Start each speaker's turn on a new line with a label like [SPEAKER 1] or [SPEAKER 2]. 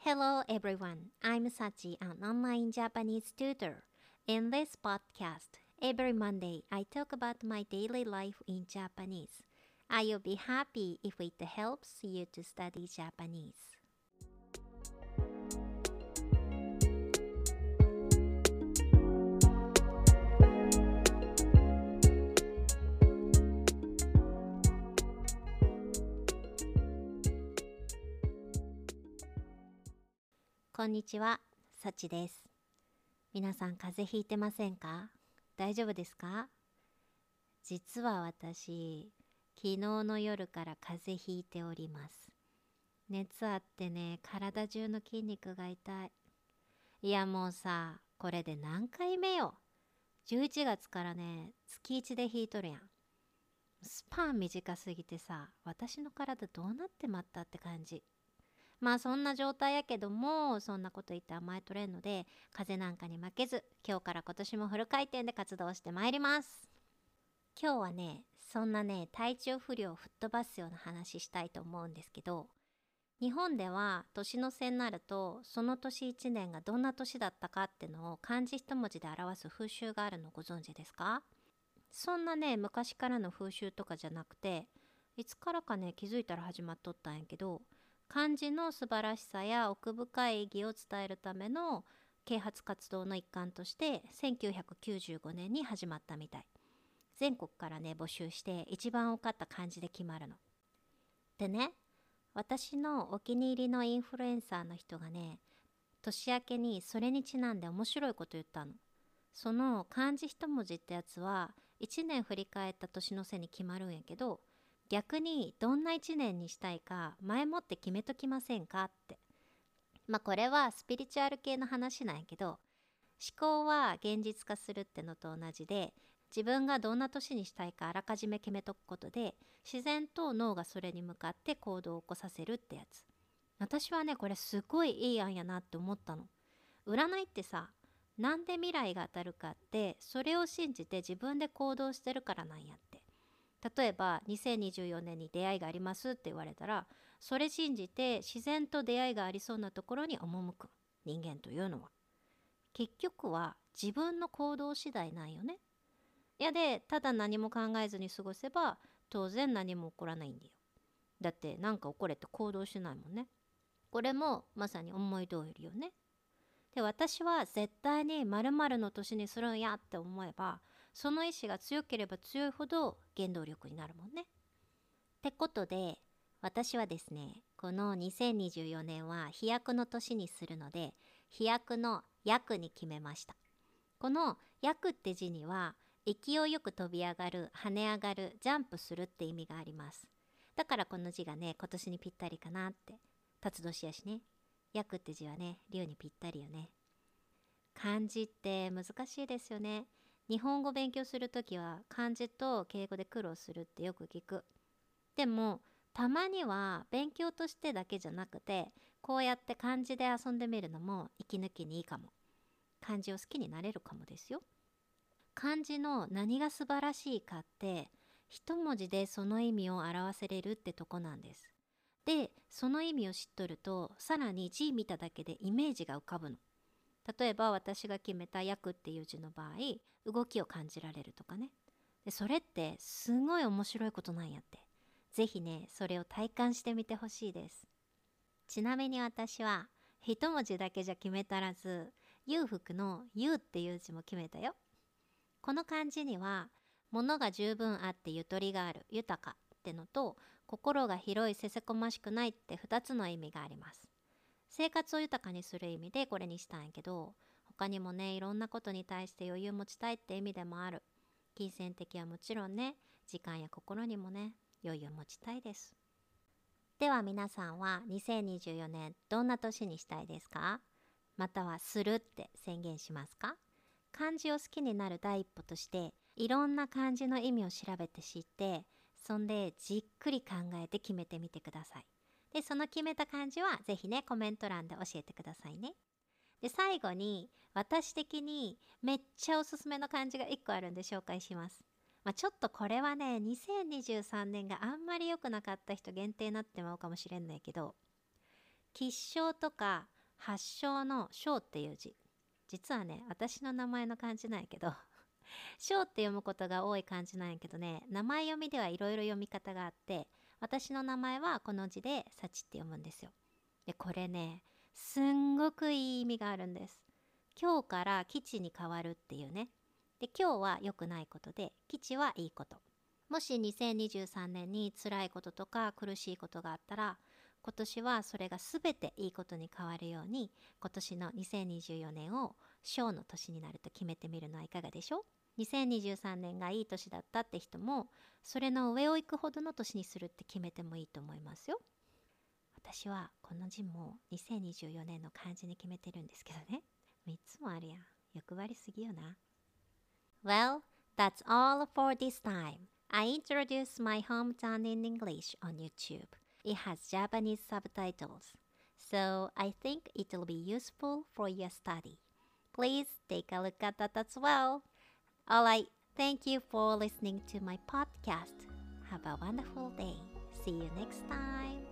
[SPEAKER 1] Hello everyone, I'm Sachi, an online Japanese tutor. In this podcast, every Monday I talk about my daily life in Japanese. I will be happy if it helps you to study Japanese. こんにちは、さちです。皆さん風邪ひいてませんか？大丈夫ですか？実は私、昨日の夜から風邪ひいております。熱あってね、体中の筋肉が痛い。いやもうさ、これで何回目よ。11月からね、月1でひいとるやん。スパン短すぎてさ、私の体どうなってまったって感じ。まあそんな状態やけども、そんなこと言って甘えとれんので、風邪なんかに負けず、今日から今年もフル回転で活動してまいります。今日はね、そんなね、体調不良を吹っ飛ばすような話したいと思うんですけど、日本では年の瀬になると、その年1年がどんな年だったかってのを漢字一文字で表す風習があるのご存知ですか？そんなね、昔からの風習とかじゃなくて、いつからかね、気づいたら始まっとったんやけど、漢字の素晴らしさや奥深い意義を伝えるための啓発活動の一環として1995年に始まったみたい。全国からね募集して一番多かった漢字で決まるの。でね、私のお気に入りのインフルエンサーの人がね、年明けにそれにちなんで面白いこと言ったの。その漢字一文字ってやつは1年振り返った年の瀬に決まるんやけど、逆にどんな1年にしたいか前もって決めときませんかって。まあこれはスピリチュアル系の話なんやけど、思考は現実化するってのと同じで、自分がどんな年にしたいかあらかじめ決めとくことで、自然と脳がそれに向かって行動を起こさせるってやつ。私はねこれすごいいい案やなって思ったの。占いってさ、なんで未来が当たるかってそれを信じて自分で行動してるからなんやって。例えば2024年に出会いがありますって言われたら、それ信じて自然と出会いがありそうなところに赴く人間というのは、結局は自分の行動次第なんよね。いやで、ただ何も考えずに過ごせば当然何も起こらないんだよ。だってなんか起これって行動しないもんね。これもまさに思い通りよね。で、私は絶対に〇〇の年にするんやって思えば、その意志が強ければ強いほど原動力になるもんね。ってことで、私はですね、この2024年は飛躍の年にするので、飛躍の躍に決めました。この躍って字には、勢いよく飛び上がる、跳ね上がる、ジャンプするって意味があります。だからこの字がね、今年にぴったりかなって。辰年やしね。躍って字はね、龍にぴったりよね。漢字って難しいですよね。日本語勉強するときは漢字と敬語で苦労するってよく聞く。でもたまには勉強としてだけじゃなくて、こうやって漢字で遊んでみるのも息抜きにいいかも。漢字を好きになれるかもですよ。漢字の何が素晴らしいかって、一文字でその意味を表せれるってとこなんです。で、その意味を知っとると、さらに字見ただけでイメージが浮かぶの。例えば私が決めた「役」っていう字の場合、動きを感じられるとかね。で、それってすごい面白いことなんやって。ぜひね、それを体感してみてほしいです。ちなみに私は一文字だけじゃ決めたらず、裕福の裕っていう字も決めたよ。この漢字には、物が十分あってゆとりがある、豊かってのと、心が広い、せせこましくないって2つの意味があります。生活を豊かにする意味でこれにしたんやけど、他にもね、いろんなことに対して余裕持ちたいって意味でもある。金銭的はもちろんね、時間や心にもね、余裕持ちたいです。では皆さんは2024年どんな年にしたいですか？またはするって宣言しますか？漢字を好きになる第一歩として、いろんな漢字の意味を調べて知って、そんでじっくり考えて決めてみてください。で、その決めた漢字はぜひね、コメント欄で教えてくださいね。で、最後に私的にめっちゃおすすめの漢字が1個あるんで紹介します。ちょっとこれはね、2023年があんまり良くなかった人限定になってまうかもしれんのやけど、 吉祥とか発祥の祥っていう字。実はね、私の名前の漢字なんやけど、祥って読むことが多い漢字なんやけどね、名前読みではいろいろ読み方があって、私の名前はこの字で幸って読むんですよ。で、これね、すんごくいい意味があるんです。今日から吉に変わるっていうね。で、今日は良くないことで、吉はいいこと。もし2023年に辛いこととか苦しいことがあったら、今年はそれが全ていいことに変わるように、今年の2024年を小の年になると決めてみるのはいかがでしょう。2023年がいい年だったって人も、それの上を行くほどの年にするって決めてもいいと思いますよ。私はこの字も2024年の漢字に決めてるんですけどね。3つもあるやん。欲張りすぎよな。Well, that's all for this time. I introduced my hometown in English on YouTube. It has Japanese subtitles, so I think it will be useful for your study. Please take a look at that as well. Alright, thank you for listening to my podcast. Have a wonderful day. See you next time.